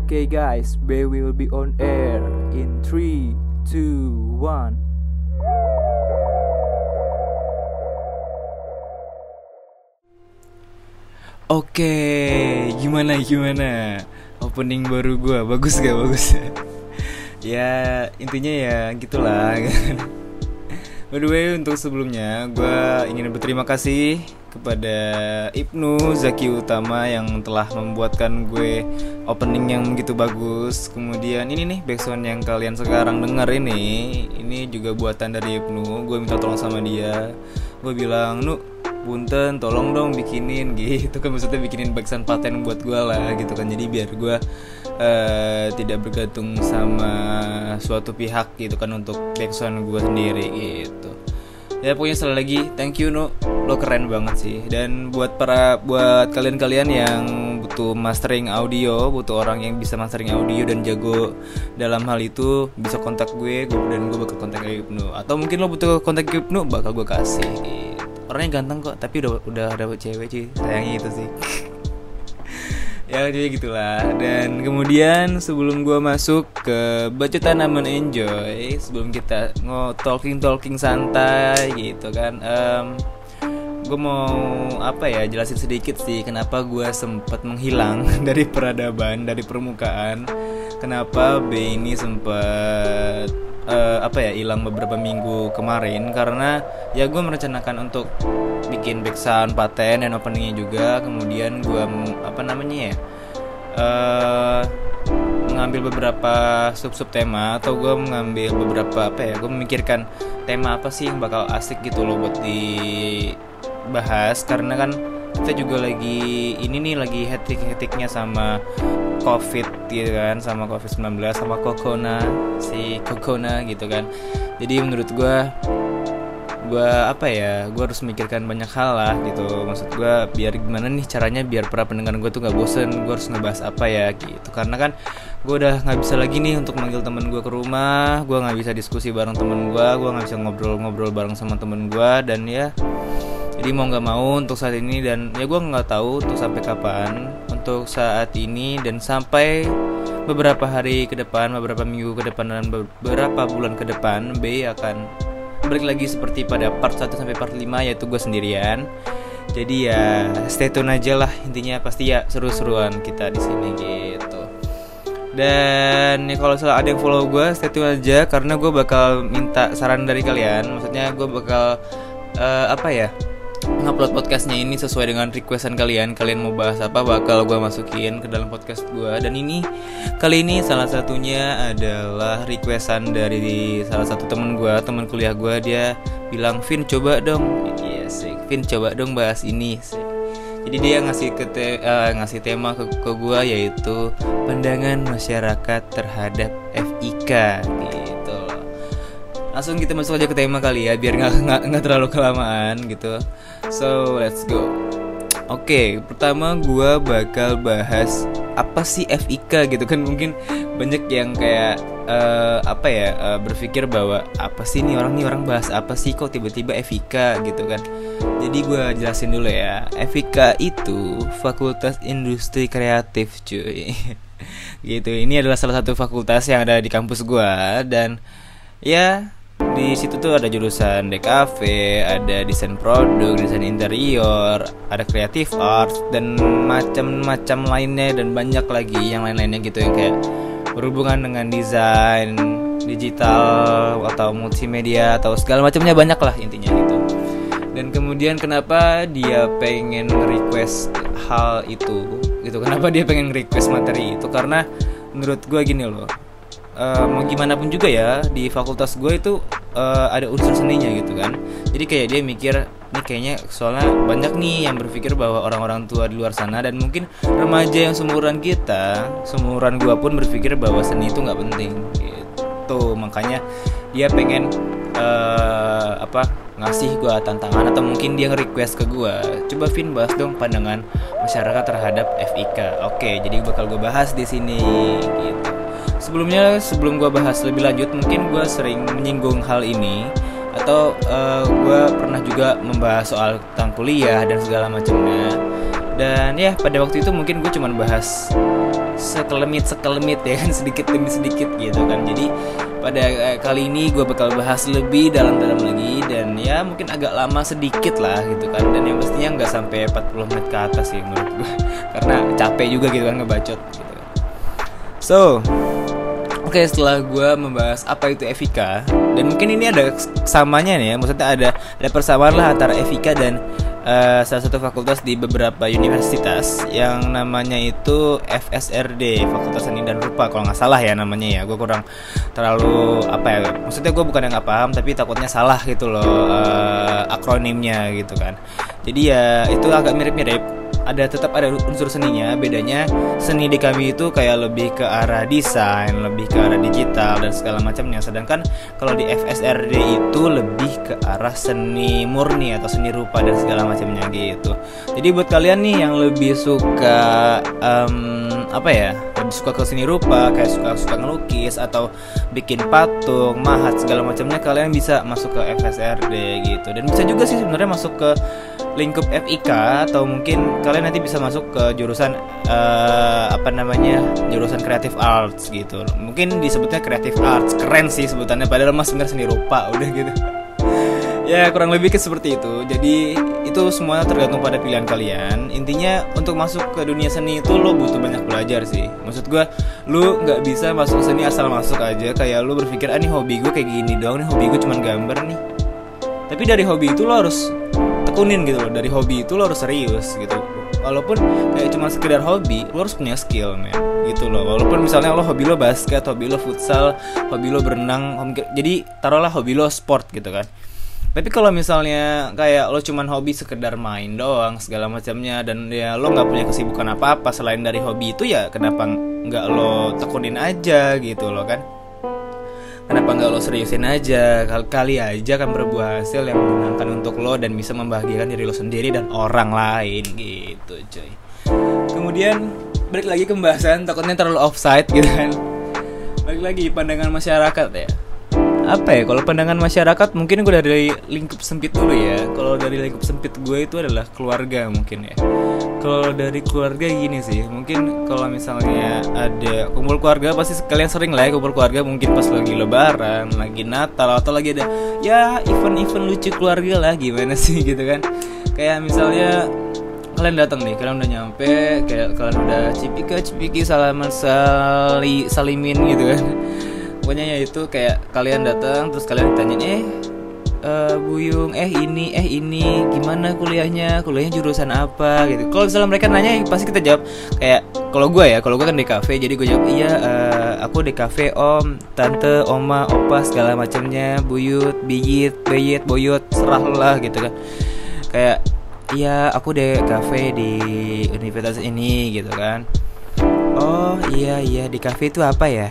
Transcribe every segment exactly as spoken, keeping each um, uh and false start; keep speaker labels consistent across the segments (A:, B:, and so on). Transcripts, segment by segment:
A: Okay guys, we will be on air in three, two, one.
B: Oke, gimana gimana? Opening baru gue, bagus gak bagus? Ya intinya ya gitulah. By the way, untuk sebelumnya gue ingin berterima kasih kepada Ibnu Zaki Utama yang telah membuatkan gue opening yang begitu bagus. Kemudian ini nih backsound yang kalian sekarang dengar ini, ini juga buatan dari Ibnu. Gue minta tolong sama dia. Gue bilang, "Nu, punten tolong dong bikinin," gitu kan, maksudnya bikinin backsound paten buat gue lah gitu kan. Jadi biar gue uh, tidak bergantung sama suatu pihak gitu kan untuk backsound gue sendiri gitu. Ya pokoknya sekali lagi thank you Nu, lo keren banget sih. Dan buat para buat kalian-kalian yang butuh mastering audio, butuh orang yang bisa mastering audio dan jago dalam hal itu, bisa kontak gue, gue dan gue bakal kontak Ibnu. Atau mungkin lo butuh kontak Ibnu, bakal gue kasih gitu. Orangnya ganteng kok, tapi udah udah dapet cewek cuy, sayangnya itu sih. Ya jadi gitulah. Dan kemudian sebelum gue masuk ke bacotan aman enjoy, sebelum kita ngo talking talking santai gitu kan, um, gue mau apa ya jelasin sedikit sih kenapa gue sempat menghilang dari peradaban, dari permukaan. Kenapa B ini sempat uh, apa ya hilang beberapa minggu kemarin, karena ya gue merencanakan untuk bikin backsound paten dan openingnya juga. Kemudian gue apa namanya ya uh, mengambil beberapa sub-sub tema, atau gue mengambil beberapa apa ya gue memikirkan tema apa sih yang bakal asik gitu loh buat dibahas. Karena kan kita juga lagi ini nih lagi hektik-hektiknya sama Covid gitu kan, sama covid sembilan belas, sama Corona, si Corona gitu kan. Jadi menurut gue gue apa ya gue harus memikirkan banyak hal lah gitu. Maksud gue biar gimana nih caranya biar para pendengar gue tuh gak bosen, gue harus ngebahas apa ya gitu. Karena kan gue udah gak bisa lagi nih untuk manggil temen gue ke rumah, gue gak bisa diskusi bareng temen gue, gue gak bisa ngobrol-ngobrol bareng sama temen gue. Dan ya jadi mau gak mau untuk saat ini, dan ya gue gak tahu untuk sampai kapan, untuk saat ini dan sampai beberapa hari ke depan, beberapa minggu ke depan, dan beberapa bulan ke depan, B akan balik lagi seperti pada part satu sampai part lima, yaitu gue sendirian. Jadi ya stay tune aja lah, intinya pasti ya seru-seruan kita di sini gitu. Dan ya kalau salah ada yang follow gue, stay tune aja karena gue bakal minta saran dari kalian. Maksudnya gue bakal uh, apa ya ngupload podcastnya ini sesuai dengan requestan kalian. Kalian mau bahas apa bakal gue masukin ke dalam podcast gue. Dan ini kali ini salah satunya adalah requestan dari salah satu temen gue, temen kuliah gue. Dia bilang, "Vin coba dong, yes, Vin coba dong bahas ini." Jadi dia ngasih ke te- uh, ngasih tema ke, ke gue, yaitu pandangan masyarakat terhadap F I K gitu. Langsung kita masuk aja ke tema kali ya, biar nggak nggak nggak terlalu kelamaan gitu. So let's go. Oke, okay, pertama gue bakal bahas apa sih F I K gitu kan. Mungkin banyak yang kayak uh, apa ya uh, berpikir bahwa apa sih nih orang nih orang bahas apa sih kok tiba-tiba F I K gitu kan. Jadi gue jelasin dulu ya. F I K itu Fakultas Industri Kreatif cuy. Gitu. Ini adalah salah satu fakultas yang ada di kampus gue. Dan ya di situ tuh ada jurusan D K V, ada desain produk, desain interior, ada creative art, dan macam-macam lainnya, dan banyak lagi yang lain-lainnya gitu yang kayak berhubungan dengan desain digital atau multimedia atau segala macamnya, banyak lah intinya gitu. Dan kemudian kenapa dia pengen request hal itu gitu, kenapa dia pengen request materi itu, karena menurut gue gini loh. Uh, mau gimana pun juga ya di fakultas gue itu uh, ada unsur seninya gitu kan. Jadi kayak dia mikir nih kayaknya soalnya banyak nih yang berpikir bahwa orang-orang tua di luar sana, dan mungkin remaja yang seumuran kita, seumuran gue pun berpikir bahwa seni itu nggak penting gitu. Makanya dia pengen uh, apa ngasih gue tantangan, atau mungkin dia nge-request ke gue, coba Vin bahas dong pandangan masyarakat terhadap F I K. Oke, jadi bakal gue bahas di sini gitu. Sebelumnya, sebelum gue bahas lebih lanjut, mungkin gue sering menyinggung hal ini, atau uh, gue pernah juga membahas soal tentang kuliah dan segala macamnya. Dan ya pada waktu itu mungkin gue cuma bahas sekelemit sekelemit ya kan, sedikit demi sedikit gitu kan. Jadi pada kali ini gue bakal bahas lebih dalam-dalam lagi, dan ya mungkin agak lama sedikit lah gitu kan, dan yang pastinya nggak sampai empat puluh menit ke atas sih menurut gue karena capek juga gitu kan ngebacot gitu. So Oke, okay, setelah gue membahas apa itu Evika, dan mungkin ini ada samanya nih ya, maksudnya ada ada persamaan lah antara Evika dan uh, salah satu fakultas di beberapa universitas yang namanya itu F S R D, Fakultas Seni dan Rupa kalau nggak salah ya namanya ya. Gue kurang terlalu apa ya, maksudnya gue bukan yang nggak paham, tapi takutnya salah gitu loh uh, akronimnya gitu kan. Jadi ya itu agak mirip-mirip. Ada tetap ada unsur seninya, bedanya seni di kami itu kayak lebih ke arah desain, lebih ke arah digital dan segala macamnya. Sedangkan kalau di F S R D itu lebih ke arah seni murni atau seni rupa dan segala macamnya gitu. Jadi buat kalian nih yang lebih suka um, apa ya, lebih suka ke seni rupa, kayak suka suka ngelukis atau bikin patung, mahat segala macamnya, kalian bisa masuk ke F S R D gitu. Dan bisa juga sih sebenarnya masuk ke lingkup F I K, atau mungkin kalian nanti bisa masuk ke jurusan uh, apa namanya, jurusan Creative Arts gitu. Mungkin disebutnya Creative Arts, keren sih sebutannya, padahal mas sebenarnya seni rupa udah gitu. Ya kurang lebih ke seperti itu. Jadi itu semua tergantung pada pilihan kalian. Intinya untuk masuk ke dunia seni itu lo butuh banyak belajar sih. Maksud gue, lo nggak bisa masuk seni asal masuk aja. Kayak lo berpikir, ah nih hobi gue kayak gini doang, nih hobi gue cuman gambar nih. Tapi dari hobi itu lo harus tekunin gitu loh. Dari hobi itu lo harus serius gitu. Walaupun kayak cuma sekedar hobi, lo harus punya skill men gitu loh. Walaupun misalnya lo hobi lo basket, hobi lo futsal, hobi lo berenang, hobi, jadi taruhlah hobi lo sport gitu kan. Tapi kalau misalnya kayak lo cuman hobi sekedar main doang segala macamnya, dan ya lo nggak punya kesibukan apa-apa selain dari hobi itu, ya kenapa nggak lo tekunin aja gitu loh kan? Kenapa nggak lo seriusin aja? Kali aja kan berbuah hasil yang menyenangkan untuk lo dan bisa membahagiakan diri lo sendiri dan orang lain gitu cuy. Kemudian balik lagi ke pembahasan, takutnya terlalu offside gitu kan. Balik lagi pandangan masyarakat ya. Apa ya, kalau pandangan masyarakat mungkin gue dari lingkup sempit dulu ya. Kalau dari lingkup sempit gue itu adalah keluarga mungkin ya. Kalau dari keluarga gini sih, mungkin kalau misalnya ada kumpul keluarga, pasti kalian sering lah ya kumpul keluarga, mungkin pas lagi lebaran, lagi Natal, atau lagi ada ya event-event lucu keluarga lah, gimana sih gitu kan. Kayak misalnya kalian datang nih, kalian udah nyampe, kayak kalian udah cipika-cipiki salaman sali, salimin gitu kan. Pokoknya ya itu kayak kalian datang terus kalian ditanyain, eh uh, Buyung, eh ini, eh ini gimana kuliahnya, kuliahnya jurusan apa gitu. Kalau misalnya mereka nanya, pasti kita jawab kayak, kalau gue ya, kalau gue kan D K V, jadi gue jawab iya, uh, aku D K V om, tante, oma, opa segala macamnya, buyut, biyit, beyit, boyot, serah lah gitu kan. Kayak iya aku D K V di universitas ini gitu kan. Oh iya iya, D K V itu apa ya?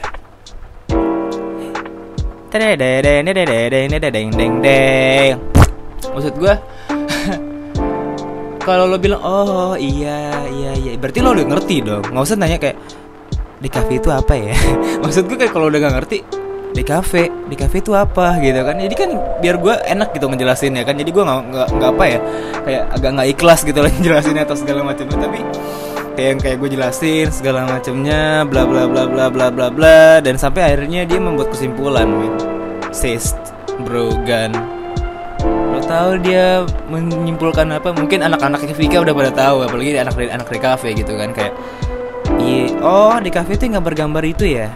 B: Maksud gue kalau lo bilang oh iya iya iya, berarti lo udah ngerti dong. Nggak usah nanya kayak D K V itu apa ya. Maksud gue kayak kalau udah nggak ngerti D K V, D K V itu apa gitu kan. Jadi kan biar gue enak gitu ngejelasin ya kan. Jadi gue nggak nggak nggak apa ya, kayak agak nggak ikhlas gitu lah ngejelasinnya atau segala macamnya. Tapi kayak yang kayak gue jelasin segala macamnya, bla bla bla bla bla bla bla, dan sampai akhirnya dia membuat kesimpulan, men. Sis, bro, gan. Lo tahu dia menyimpulkan apa? Mungkin anak-anak Vika udah pada tahu, apalagi anak anak di kafe gitu kan, kayak iya, oh di kafe itu gambar-gambar itu ya.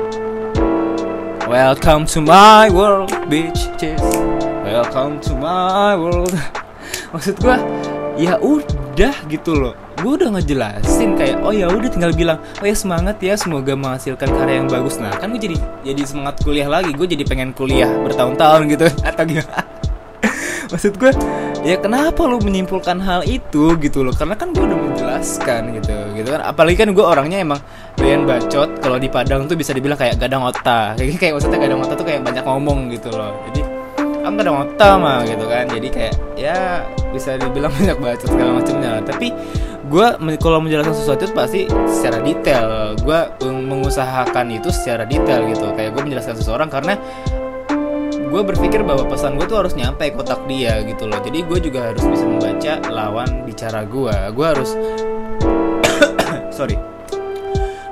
B: Welcome to my world, bitches. Welcome to my world. Maksud gue, ya udah gitu loh. Gue udah ngejelasin kayak oh ya udah tinggal bilang oh ya semangat ya, semoga menghasilkan karya yang bagus. Nah kan gue jadi jadi semangat kuliah lagi, gue jadi pengen kuliah bertahun-tahun gitu atau gimana. Maksud gue ya kenapa lu menyimpulkan hal itu gitu loh, karena kan gue udah menjelaskan gitu gitu kan. Apalagi kan gue orangnya emang doyan bacot. Kalau di Padang tuh bisa dibilang kayak gadang otak, kayak kayak maksudnya gadang otak tuh kayak banyak ngomong gitu loh. Jadi aku gadang otak mah gitu kan, jadi kayak ya bisa dibilang banyak bacot segala macamnya. Tapi gue kalau menjelaskan sesuatu itu pasti secara detail. Gue mengusahakan itu secara detail gitu. Kayak gue menjelaskan seseorang karena gue berpikir bahwa pesan gue tuh harus nyampe ke otak dia gitu loh. Jadi gue juga harus bisa membaca lawan bicara gue. Gue harus sorry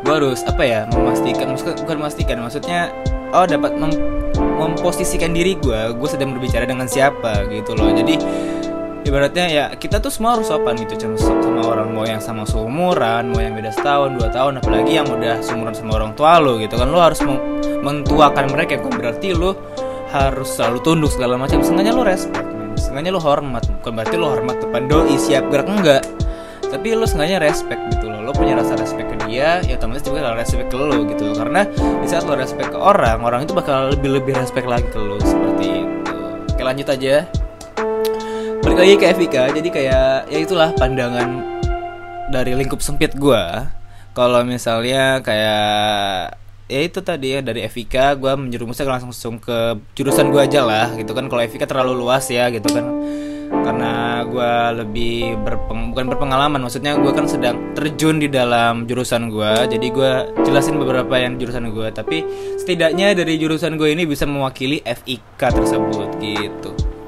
B: gue harus apa ya, memastikan, maksud, bukan memastikan, maksudnya oh dapat mem- memposisikan diri gue, gue sedang berbicara dengan siapa gitu loh. Jadi ibaratnya ya kita tuh semua harus sopan gitu sama, sama orang, mau yang sama seumuran, mau yang beda setahun dua tahun, apalagi yang udah seumuran sama orang tua lo gitu kan. Lo harus mentuakan mereka, bukan berarti lo harus selalu tunduk segala macam. Sengaja lo respect, sengaja lo hormat, bukan berarti lo hormat depan doi siap gerak, enggak, tapi lo sengaja respect gitu loh. Lo punya rasa respect ke dia, ya otomatis juga kalau respect ke lo gitu loh. Karena di saat lo respect ke orang, orang itu bakal lebih-lebih respect lagi ke lo, seperti itu. Oke, lanjut aja. Balik lagi ke Evika. Jadi kayak ya itulah pandangan dari lingkup sempit gue. Kalau misalnya kayak ya itu tadi ya, dari Evika gue menjerumusnya langsung ke jurusan gue aja lah gitu kan. Kalau Evika terlalu luas ya gitu kan, karena gue lebih berpeng, bukan berpengalaman, maksudnya gue kan sedang terjun di dalam jurusan gue. Jadi gue jelasin beberapa yang jurusan gue, tapi setidaknya dari jurusan gue ini bisa mewakili F I K tersebut gitu.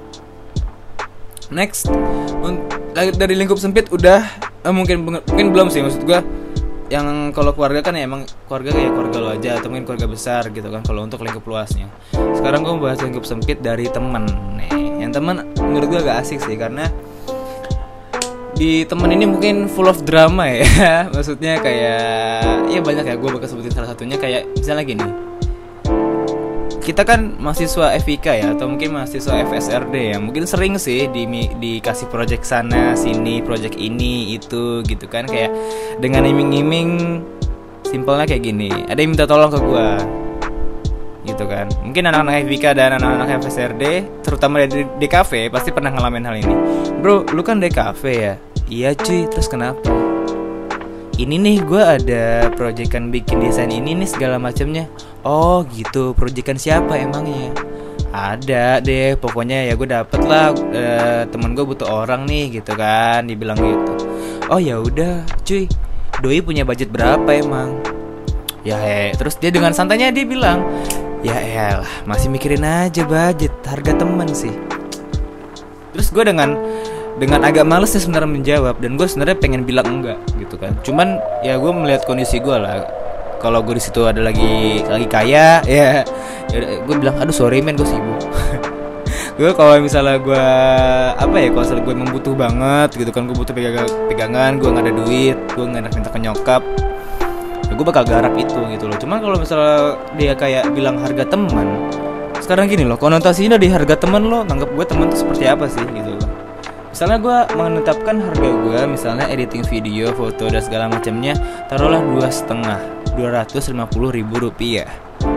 B: Next, dari lingkup sempit udah eh, mungkin mungkin belum sih, maksud gue yang kalau keluarga kan ya emang keluarga kayak keluarga lo aja, atau mungkin keluarga besar gitu kan kalau untuk lingkup luasnya. Sekarang gue mau bahas lingkup sempit dari teman nih. Yang teman menurut gue agak asik sih, karena di teman ini mungkin full of drama ya. Maksudnya kayak ya banyak ya, gue bakal sebutin salah satunya. Kayak misalnya gini, kita kan mahasiswa F I K ya, atau mungkin mahasiswa F S R D ya, mungkin sering sih di, dikasih project sana sini, project ini itu gitu kan. Kayak dengan iming-iming, simpelnya kayak gini, ada yang minta tolong ke gue gitu kan. Mungkin anak-anak F I K dan anak-anak F S R D, terutama di D K V, pasti pernah ngalamin hal ini. Bro, lu kan D K V ya? Iya cuy, terus kenapa? Ini nih gue ada proyekan bikin desain ini nih segala macamnya. Oh gitu, proyekan siapa emangnya? Ada deh, pokoknya ya gue dapet lah, e, temen gue butuh orang nih gitu kan, dibilang gitu. Oh ya udah cuy, doi punya budget berapa emang? Ya he, terus dia dengan santainya dia bilang, ya elah masih mikirin aja budget, harga temen sih. Terus gue dengan dengan agak males sih sebenarnya menjawab, dan gue sebenarnya pengen bilang enggak gitu kan. Cuman ya gue melihat kondisi gue lah. Kalau gue di situ ada lagi lagi kaya ya, ya gue bilang aduh sorry men, gue sibuk. Gue kalau misalnya gue apa ya, kalau misalnya gue membutuh banget gitu kan, gue butuh pegang, pegangan, gue nggak ada duit, gue nggak enak minta ke nyokap, ya gue bakal garap itu gitu loh. Cuman kalau misalnya dia kayak bilang harga teman, sekarang gini loh, konotasinya di harga teman, lo nganggap gue teman tuh seperti apa sih gitu loh. Misalnya gue menetapkan harga gue, misalnya editing video, foto dan segala macamnya, taruhlah dua setengah, dua ratus lima puluh ribu rupiah.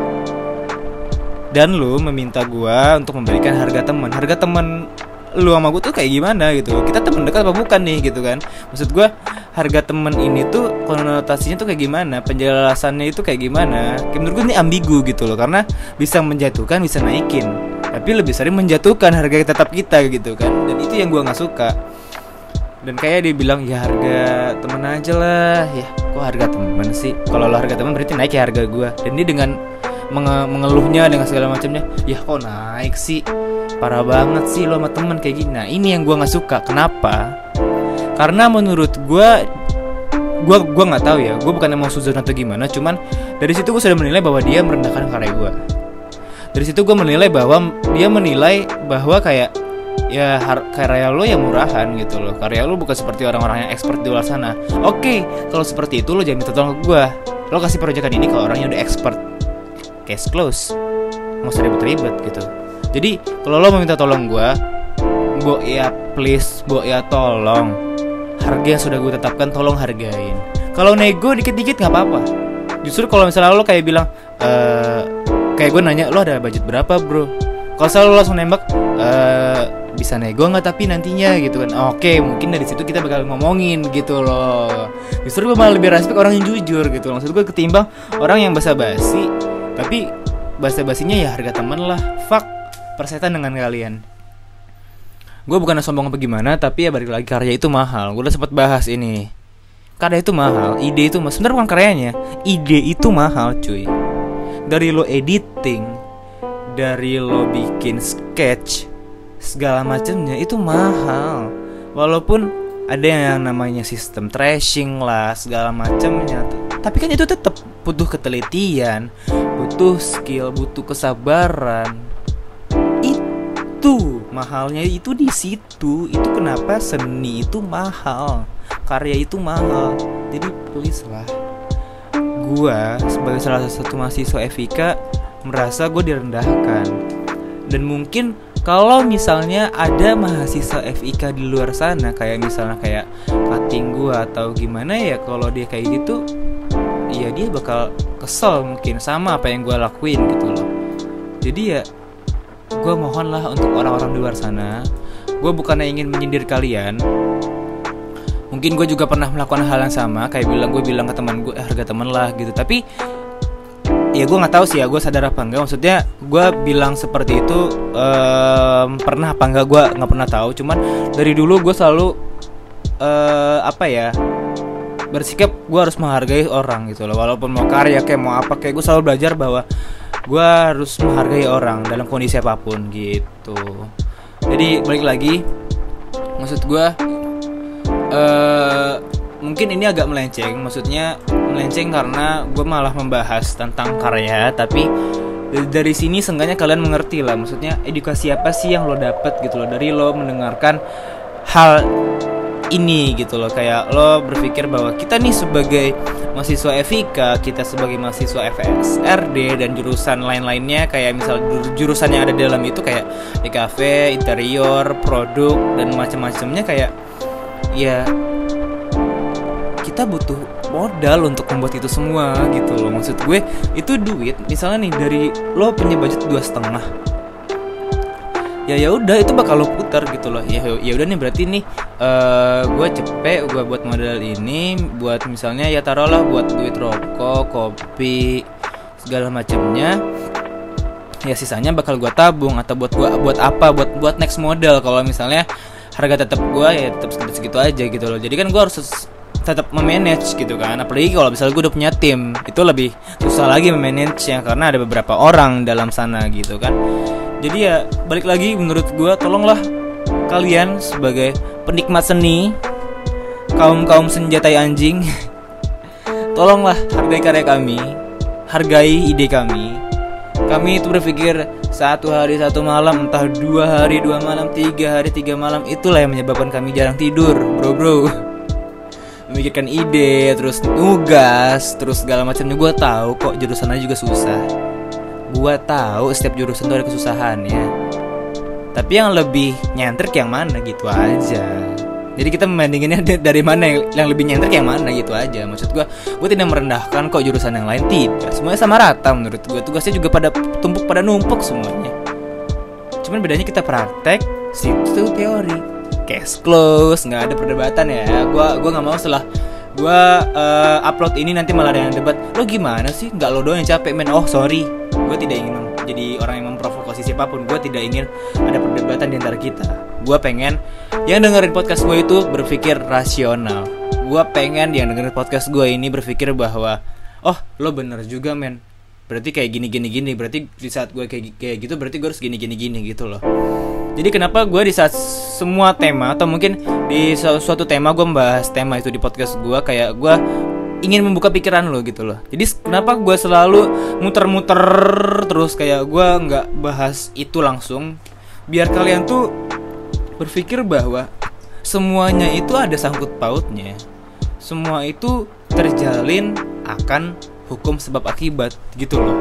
B: Dan lu meminta gue untuk memberikan harga teman. Harga teman lu sama gue tuh kayak gimana gitu? Kita teman dekat apa bukan nih gitu kan? Maksud gue harga teman ini tuh konotasinya tuh kayak gimana? Penjelasannya itu kayak gimana? Kayak menurut gue ini ambigu gitu loh, karena bisa menjatuhkan, bisa naikin, tapi lebih sering menjatuhkan harga tetap kita gitu kan. Dan itu yang gue gak suka. Dan kayak dia bilang ya harga temen aja lah. Ya kok harga temen sih? Kalau lo harga temen berarti naik ya harga gue. Dan dia dengan menge- mengeluhnya dengan segala macamnya, ya kok naik sih? Parah banget sih lo sama temen kayak gini. Nah ini yang gue gak suka. Kenapa? Karena menurut gue, gue gue nggak tahu ya, gue bukan mau suzon atau gimana, cuman dari situ gue sudah menilai bahwa dia merendahkan karya gue. Dari situ gue menilai bahwa dia menilai bahwa kayak ya har- karya lo yang murahan gitu loh, karya lo bukan seperti orang-orang yang expert di luar sana. Oke, okay, kalau seperti itu lo jangan minta tolong ke gue, lo kasih proyekan ini ke orang yang udah expert. Case close, nggak usah ribet-ribet gitu. Jadi kalau lo mau minta tolong gue, Bo ya please, Bo ya tolong, harga yang sudah gue tetapkan tolong hargain. Kalau nego dikit-dikit nggak apa-apa. Justru kalau misalnya lo kayak bilang, e, kayak gue nanya lo ada budget berapa bro? Kalau selalu lo langsung nembak, e, bisa nego nggak tapi nantinya gitu kan? Oke, mungkin dari situ kita bakal ngomongin gitu loh. Justru gue malah lebih respect orang yang jujur gitu. Maksud gue ketimbang orang yang basa-basi, tapi basa-basinya ya harga teman lah. Fuck persetan dengan kalian. Gue bukan sombong apa gimana, tapi ya balik lagi, karya itu mahal. Gue udah sempet bahas ini. Karya itu mahal, ide itu mahal. Sebenarnya bukan karyanya, ide itu mahal cuy. Dari lo editing, dari lo bikin sketch, segala macamnya itu mahal. Walaupun ada yang namanya sistem trashing lah, segala macamnya, tapi kan itu tetap butuh ketelitian, butuh skill, butuh kesabaran. Itu mahalnya itu di situ. Itu kenapa seni itu mahal, karya itu mahal. Jadi please lah, gua sebagai salah satu mahasiswa F I K merasa gue direndahkan. Dan mungkin kalau misalnya ada mahasiswa F I K di luar sana, kayak misalnya kayak cutting gue atau gimana ya, kalau dia kayak gitu, ya dia bakal kesel mungkin sama apa yang gue lakuin gitu loh. Jadi ya gue mohon lah untuk orang-orang di luar sana, gue bukannya ingin menyindir kalian. Mungkin gue juga pernah melakukan hal yang sama, kayak bilang gue bilang ke teman gue, eh, harga teman lah gitu. Tapi ya gue nggak tahu sih ya, gue sadar apa enggak. Maksudnya gue bilang seperti itu um, pernah apa enggak, gue nggak pernah tahu. Cuman dari dulu gue selalu uh, apa ya, bersikap gue harus menghargai orang gitu loh. Walaupun mau karya kayak mau apa kayak, gue selalu belajar bahwa gue harus menghargai orang dalam kondisi apapun gitu. Jadi balik lagi, maksud gue uh, mungkin ini agak melenceng. Maksudnya melenceng karena gue malah membahas tentang karya, tapi dari sini seenggaknya kalian mengerti lah. Maksudnya edukasi apa sih yang lo dapet gitu loh dari lo mendengarkan hal ini gitu loh. Kayak lo berpikir bahwa kita nih sebagai mahasiswa F I K, kita sebagai mahasiswa F S R D dan jurusan lain-lainnya, kayak misal jurusan yang ada di dalam itu kayak D K V, interior, produk dan macam-macamnya, kayak ya kita butuh modal untuk membuat itu semua gitu loh. Maksud gue itu duit, misalnya nih dari lo punya budget dua setengah, ya ya udah itu bakal lo putar gitu loh. Ya ya udah nih berarti nih uh, gue cepet gue buat modal ini, buat misalnya ya taruhlah buat duit rokok, kopi, segala macamnya. Ya sisanya bakal gue tabung atau buat gue buat apa, buat buat next modal. Kalau misalnya harga tetap gue ya tetap segitu-segitu aja gitu loh. Jadi kan gue harus tetap memanage gitu kan. Apalagi kalau misalnya gue udah punya tim, itu lebih susah lagi memanage-nya karena ada beberapa orang dalam sana gitu kan. Jadi ya balik lagi, menurut gue tolonglah kalian sebagai penikmat seni, kaum-kaum senjatai anjing, tolonglah hargai karya kami, hargai ide kami. Kami itu berpikir satu hari satu malam, entah dua hari dua malam, tiga hari tiga malam. Itulah yang menyebabkan kami jarang tidur, bro bro. Memikirkan ide, terus nugas, terus segala macamnya. Gue tahu kok jurusannya juga susah. Gue tahu setiap jurusan tuh ada kesusahannya. Tapi yang lebih nyentrik yang mana gitu aja. Jadi kita membandinginnya dari mana yang, yang lebih nyentrik yang mana gitu aja. Maksud gue, gue tidak merendahkan kok jurusan yang lain, tidak. Semuanya sama rata menurut gue. Tugasnya juga pada tumpuk pada numpuk semuanya. Cuman bedanya kita praktek, situ teori. Case close, nggak ada perdebatan ya. Gue gue nggak mau setelah gue uh, upload ini nanti malah ada yang debat. Lo gimana sih? Nggak lo doang yang capek men. Oh sorry, gue tidak ingin jadi orang yang memprovokasi siapapun. Gue tidak ingin ada perdebatan di antara kita. Gue pengen yang dengerin podcast gue itu berpikir rasional. Gue pengen yang dengerin podcast gue ini berpikir bahwa oh lo bener juga men. Berarti kayak gini gini gini. Berarti di saat gue kayak kayak gitu berarti gue harus gini gini gini gitu loh. Jadi kenapa gue di saat semua tema atau mungkin di suatu tema gue membahas tema itu di podcast gue, kayak gue ingin membuka pikiran lo gitu loh. Jadi kenapa gue selalu muter-muter terus, kayak gue nggak bahas itu langsung, biar kalian tuh berpikir bahwa semuanya itu ada sangkut pautnya. Semua itu terjalin akan hukum sebab akibat gitu loh.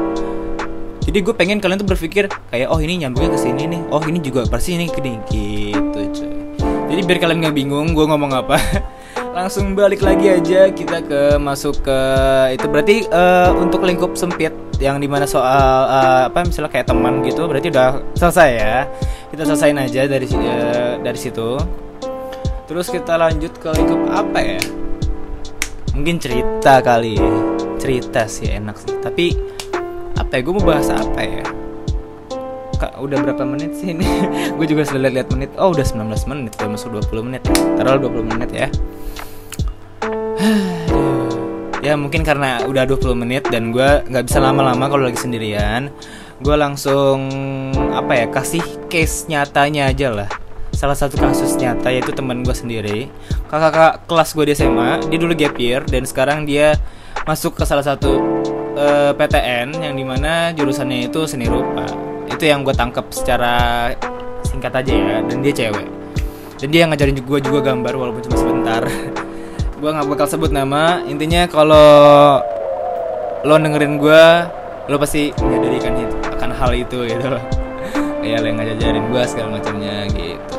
B: Jadi gue pengen kalian tuh berpikir kayak oh ini nyambungnya ke sini nih, oh ini juga pasti ini gini gitu coy. Jadi biar kalian nggak bingung gue ngomong apa, langsung balik lagi aja kita ke masuk ke itu. Berarti uh, untuk lingkup sempit yang dimana soal uh, apa misalnya kayak teman gitu, berarti udah selesai ya. Kita selesain aja dari uh, dari situ. Terus kita lanjut ke lingkup apa ya? Mungkin cerita kali ya. Cerita sih enak sih, tapi apa ya, gue mau bahas apa ya? Kak, udah berapa menit sih ini? Gue juga sudah lihat-lihat menit. Oh, udah sembilan belas menit, udah masuk dua puluh menit. Taruh dua puluh menit ya. Ya mungkin karena udah dua puluh menit dan gue gak bisa lama-lama kalau lagi sendirian. Gue langsung apa ya, kasih case nyatanya aja lah. Salah satu kasus nyata yaitu teman gue sendiri, kakak kelas gue di S M A. Dia dulu gap year dan sekarang dia masuk ke salah satu uh, P T N yang dimana jurusannya itu seni rupa. Itu yang gue tangkap secara singkat aja ya. Dan dia cewek. Dan dia ngajarin gue juga gambar walaupun cuma sebentar. Gue nggak bakal sebut nama. Intinya kalau lo dengerin gue, lo pasti menyadari kan itu, akan hal itu gitu loh. Kayak lo yang ngajarin gue segala macamnya gitu.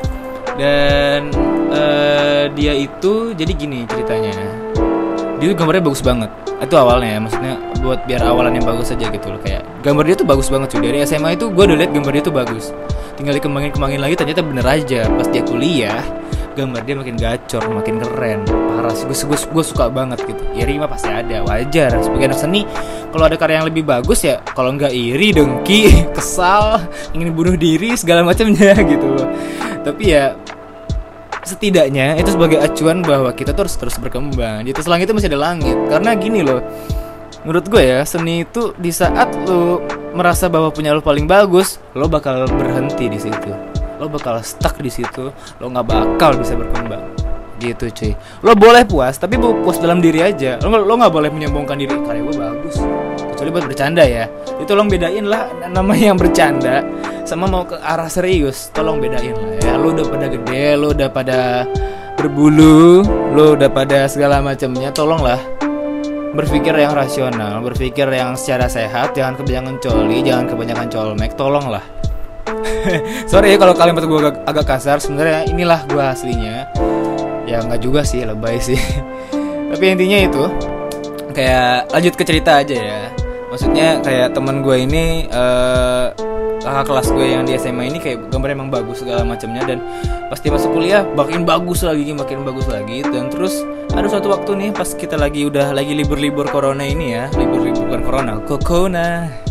B: Dan uh, dia itu jadi gini ceritanya. Dia tuh gambarnya bagus banget. Itu awalnya ya, maksudnya buat biar awalan yang bagus aja gitu loh. Kayak gambar dia tuh bagus banget cuy. Dari S M A itu gue udah liat gambar dia tuh bagus. Tinggal dikembangin-kembangin lagi, ternyata bener aja. Pas dia kuliah, gambar dia makin gacor, makin keren. Parah sih, gue, gue, gue suka banget gitu. Iri mah pasti ada, wajar. Sebagai anak seni, kalau ada karya yang lebih bagus ya, kalau nggak iri, dengki, kesal, ingin bunuh diri, segala macamnya gitu loh. Tapi ya setidaknya itu sebagai acuan bahwa kita tuh harus terus berkembang. Di atas langit itu masih ada langit. Karena gini loh, menurut gue ya, seni itu di saat lo merasa bahwa punya lo paling bagus, lo bakal berhenti di situ. Lo bakal stuck di situ. Lo nggak bakal bisa berkembang. Gitu cuy. Lo boleh puas, tapi puas dalam diri aja. Lo lo nggak boleh menyombongkan diri. Karya gue bagus. Kecuali buat bercanda ya. Itu tolong bedain lah namanya yang bercanda sama mau ke arah serius. Tolong bedain lah ya. Lo udah pada gede, lo udah pada berbulu, lo udah pada segala macamnya. Tolonglah berpikir yang rasional, berpikir yang secara sehat, jangan kebanyakan coli, jangan kebanyakan colmek. Tolonglah. Sorry ya kalau kalimat gue agak, agak kasar. Sebenarnya inilah gue aslinya. Ya nggak juga sih, lebay sih. Tapi intinya itu. Kayak lanjut ke cerita aja ya. Maksudnya kayak teman gue ini uh, kakak kelas gue yang di S M A ini kayak gambarnya emang bagus segala macamnya. Dan pasti masuk kuliah makin bagus lagi, makin bagus lagi. Dan terus ada suatu waktu nih pas kita lagi udah lagi libur-libur corona ini ya. Libur-libur bukan corona, kokona.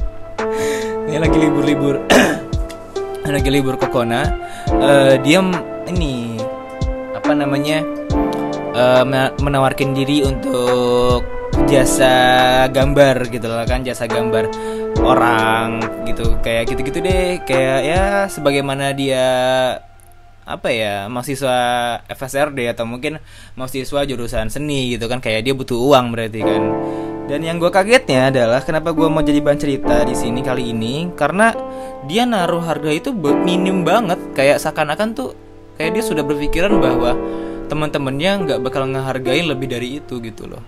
B: Ini lagi libur-libur. Lagi libur kokona. uh, Dia ini apa namanya uh, menawarkan diri untuk jasa gambar gitu loh kan, jasa gambar orang gitu, kayak gitu-gitu deh, kayak ya sebagaimana dia apa ya, mahasiswa F S R D atau mungkin mahasiswa jurusan seni gitu kan, kayak dia butuh uang berarti kan. Dan yang gue kagetnya adalah kenapa gue mau jadi bahan cerita di sini kali ini, karena dia naruh harga itu minim banget, kayak seakan-akan tuh kayak dia sudah berpikiran bahwa teman-temannya nggak bakal ngehargain lebih dari itu gitu loh.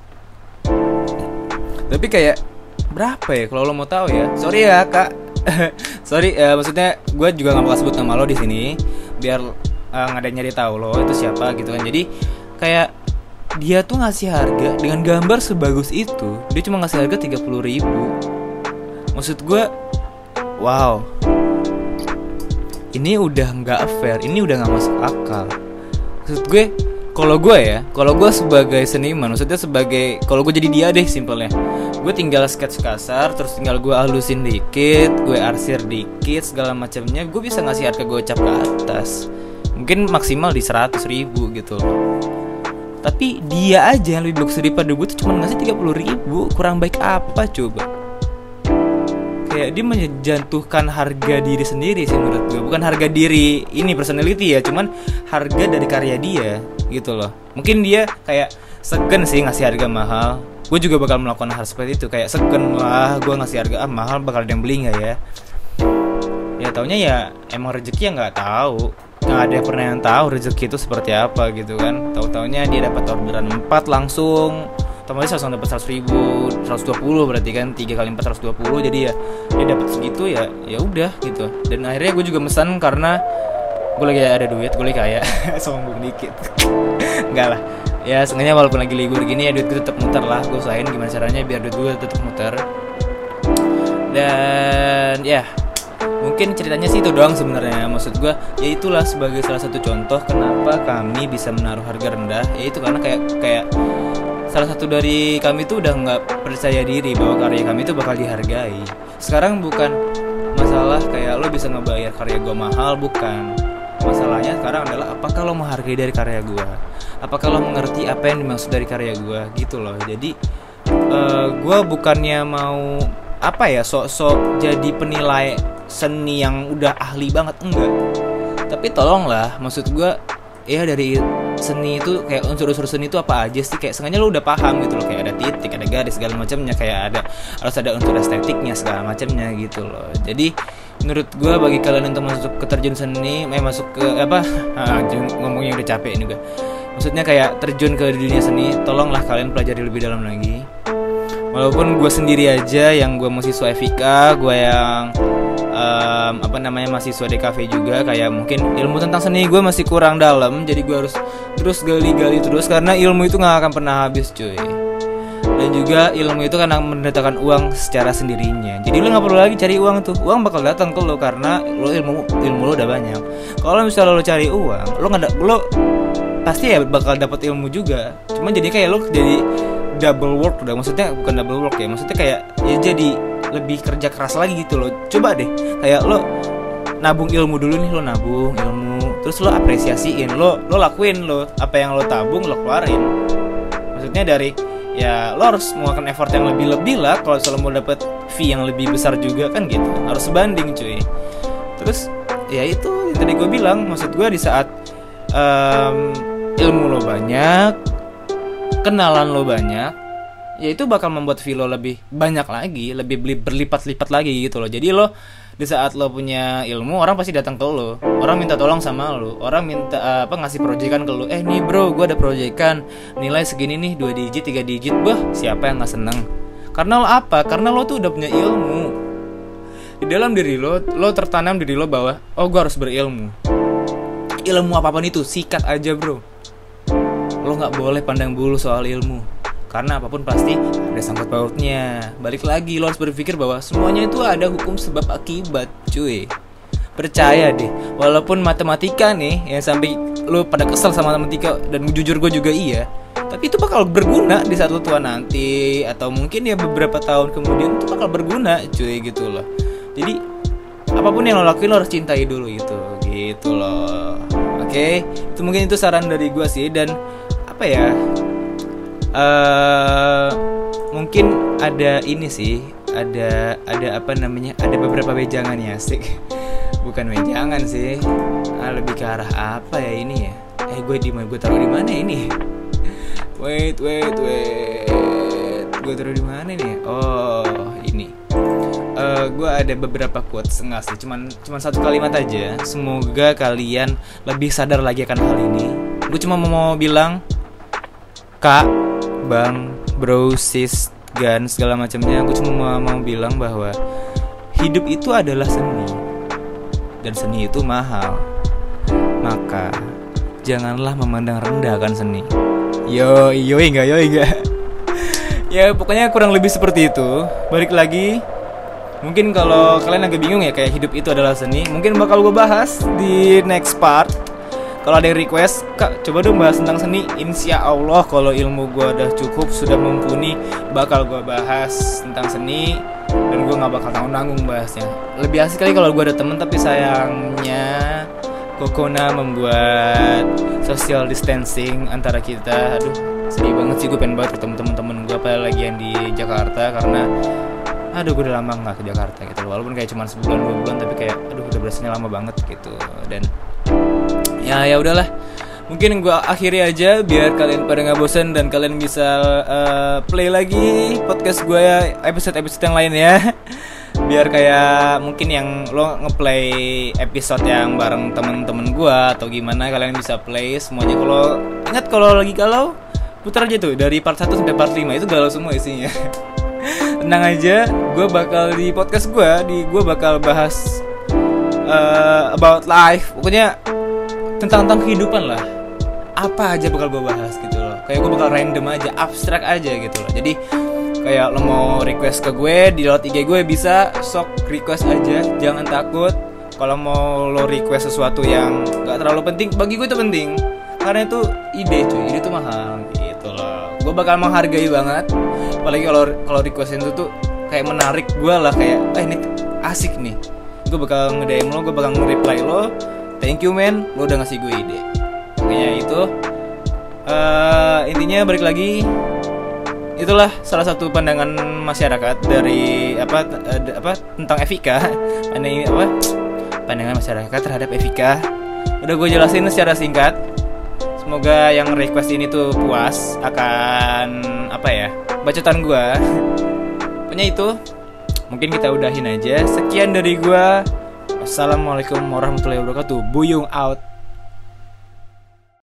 B: Tapi kayak berapa ya kalau lo mau tahu ya? Sorry ya kak, sorry uh, maksudnya gue juga nggak bakal sebut nama lo di sini biar uh, nggak ada yang nyari tahu lo itu siapa gitu kan. Jadi kayak dia tuh ngasih harga dengan gambar sebagus itu, dia cuma ngasih harga tiga puluh ribu. Maksud gue, wow, ini udah nggak fair, ini udah nggak masuk akal. Maksud gue, kalau gue ya, kalau gue sebagai seniman, maksudnya sebagai, kalau gue jadi dia deh simpelnya, gue tinggal sketch kasar, terus tinggal gue halusin dikit, gue arsir dikit, segala macamnya, gue bisa ngasih harga gocap ke atas, mungkin maksimal di seratus ribu gitu loh. Tapi dia aja yang lebih bagus daripada gue tuh cuma ngasih tiga puluh ribu, kurang baik apa coba? Kayak dia menjatuhkan harga diri sendiri sih menurut gue. Bukan harga diri ini personality ya, cuman harga dari karya dia gitu loh. Mungkin dia kayak segen sih ngasih harga mahal. Gue juga bakal melakukan hal seperti itu, kayak segen lah gue ngasih harga ah mahal, bakal ada yang beli nggak ya? Ya taunya ya emang rezeki ya nggak tahu, nggak ada yang pernah yang tahu rezeki itu seperti apa gitu kan. Tahu-taunya dia dapat orderan empat langsung, otomatis langsung dapat seratus ribu, seratus dua puluh berarti kan tiga kali empat seratus dua puluh, jadi ya dia dapat segitu ya ya udah gitu. Dan akhirnya gue juga pesan karena gue lagi ada duit, gue lagi kaya, sombong dikit, enggak lah. Ya sengaja walaupun lagi libur gini ya duit gue tetap muter lah, gue usahain gimana caranya biar duit gue tetap muter. Dan ya mungkin ceritanya sih itu doang sebenarnya. Maksud gue ya itulah sebagai salah satu contoh kenapa kami bisa menaruh harga rendah. Ya itu karena kayak kayak salah satu dari kami tuh udah nggak percaya diri bahwa karya kami itu bakal dihargai. Sekarang bukan masalah kayak lo bisa ngebayar karya gue mahal, bukan. Masalahnya sekarang adalah apakah lo menghargai dari karya gue, apakah lo mengerti apa yang dimaksud dari karya gue gitu loh. Jadi uh, gue bukannya mau apa ya sok-sok jadi penilai seni yang udah ahli banget, enggak. Tapi tolonglah, maksud gue ya dari seni itu kayak unsur-unsur seni itu apa aja sih, kayak sengaja lo udah paham gitu loh, kayak ada titik, ada garis segala macamnya, kayak ada harus ada unsur estetiknya segala macamnya gitu loh. Jadi menurut gue bagi kalian untuk masuk ke terjun seni, eh masuk ke apa ah, ngomongnya udah capek ini gue. Maksudnya kayak terjun ke dunia seni, tolonglah kalian pelajari lebih dalam lagi. Walaupun gue sendiri aja yang gue mahasiswa F I K A, gue yang um, apa namanya mahasiswa D K V juga, kayak mungkin ilmu tentang seni gue masih kurang dalam, jadi gue harus terus gali-gali terus karena ilmu itu nggak akan pernah habis cuy. Dan juga ilmu itu kan mendatangkan uang secara sendirinya. Jadi lo nggak perlu lagi cari uang tuh, uang bakal datang ke lo karena lo ilmu ilmu lo udah banyak. Kalau misalnya lo cari uang, lo nggak lo pasti ya bakal dapat ilmu juga. Cuma jadi kayak lo jadi double work udah, maksudnya bukan double work ya, maksudnya kayak ya jadi lebih kerja keras lagi gitu loh. Coba deh kayak lo nabung ilmu dulu nih, lo nabung ilmu, terus lo apresiasiin, lo lo lakuin lo apa yang lo tabung lo keluarin. Maksudnya dari ya lo harus mengeluarkan effort yang lebih-lebih lah kalau selalu mau dapet fee yang lebih besar juga kan gitu, harus sebanding cuy. Terus ya itu yang tadi gue bilang, maksud gue di saat um, ilmu lo banyak, kenalan lo banyak, ya itu bakal membuat fee lo lebih banyak lagi, lebih berlipat-lipat lagi gitu loh. Jadi lo di saat lo punya ilmu, orang pasti datang ke lo, orang minta tolong sama lo, orang minta uh, apa ngasih proyekan ke lo, eh nih bro, gue ada proyekan nilai segini nih, dua digit, tiga digit, bah siapa yang nggak seneng? Karena lo apa? Karena lo tuh udah punya ilmu di dalam diri lo, lo tertanam diri lo bahwa oh gue harus berilmu. Ilmu apapun itu, sikat aja bro. Lo nggak boleh pandang bulu soal ilmu, karena apapun pasti ada sangkut pautnya. Balik lagi, lo harus berpikir bahwa semuanya itu ada hukum sebab akibat cuy. Percaya deh, walaupun matematika nih yang sampai lo pada kesel sama matematika, dan jujur gue juga iya, tapi itu bakal berguna di saat lo tua nanti, atau mungkin ya beberapa tahun kemudian itu bakal berguna cuy gitu loh. Jadi apapun yang lo lakuin lo harus cintai dulu itu gitu loh. Oke, itu mungkin itu saran dari gue sih. Dan apa ya, Uh, mungkin ada ini sih, ada ada apa namanya, ada beberapa wejangan ya, asik. Bukan wejangan sih, ah, lebih ke arah apa ya ini ya? Eh gue di mana? Gue taruh di mana ini? Wait wait wait, gue taruh di mana nih? Oh ini. Uh, gue ada beberapa quotes, enggak sih, cuman cuman satu kalimat aja. Semoga kalian lebih sadar lagi akan hal ini. Gue cuma mau bilang, Kak, Bang, Bro, Sis, Gan, segala macamnya, aku cuma mau, mau bilang bahwa hidup itu adalah seni, dan seni itu mahal. Maka janganlah memandang rendah akan seni. Yo, yo enggak, yo enggak. Ya pokoknya kurang lebih seperti itu. Balik lagi, mungkin kalau kalian agak bingung ya kayak hidup itu adalah seni, mungkin bakal gue bahas di next part. Kalau ada yang request, Kak coba dong bahas tentang seni, insya Allah kalau ilmu gue udah cukup, sudah mumpuni, bakal gue bahas tentang seni. Dan gue gak bakal tanggung-tanggung bahasnya. Lebih asik kali kalau gue ada temen, tapi sayangnya Kokona membuat social distancing antara kita. Aduh sedih banget sih, gue pengen banget ketemu temen-temen gue, apalagi yang di Jakarta, karena aduh gue udah lama gak ke Jakarta gitu. Walaupun kayak cuma sebulan dua bulan, tapi kayak aduh udah berasanya lama banget gitu. Dan ya ya udahlah, mungkin gue akhiri aja biar kalian pada nggak bosan dan kalian bisa uh, play lagi podcast gue ya, episode-episode yang lain ya. Biar kayak mungkin yang lo ngeplay episode yang bareng temen-temen gue atau gimana, kalian bisa play semuanya. Kalau ingat, kalau lagi galau putar aja tuh dari part satu sampai part lima, itu galau semua isinya. Tenang aja, gue bakal di podcast gue, di gue bakal bahas uh, about life, pokoknya tentang tentang kehidupan lah. Apa aja bakal gue bahas gitu loh. Kayak gue bakal random aja, abstrak aja gitu loh. Jadi kayak lo mau request ke gue di lewat I G gue, bisa sok request aja, jangan takut. Kalau mau lo request sesuatu yang gak terlalu penting, bagi gue itu penting, karena itu ide cuy, ide itu mahal gitu loh. Gue bakal menghargai banget, apalagi kalau kalau request itu tuh kayak menarik gue lah, kayak eh ini asik nih. Gue bakal nge-D M lo, gue bakal nge-reply lo, thank you man, lo udah ngasih gue ide. Makanya itu uh, intinya balik lagi, itulah salah satu pandangan masyarakat dari apa uh, apa tentang F I K A, pandangan apa pandangan masyarakat terhadap F I K A. Udah gue jelasin secara singkat. Semoga yang request ini tuh puas akan apa ya, bacotan gue. Pokoknya itu, mungkin kita udahin aja. Sekian dari gue. Wassalamualaikum warahmatullahi wabarakatuh. Buyung out.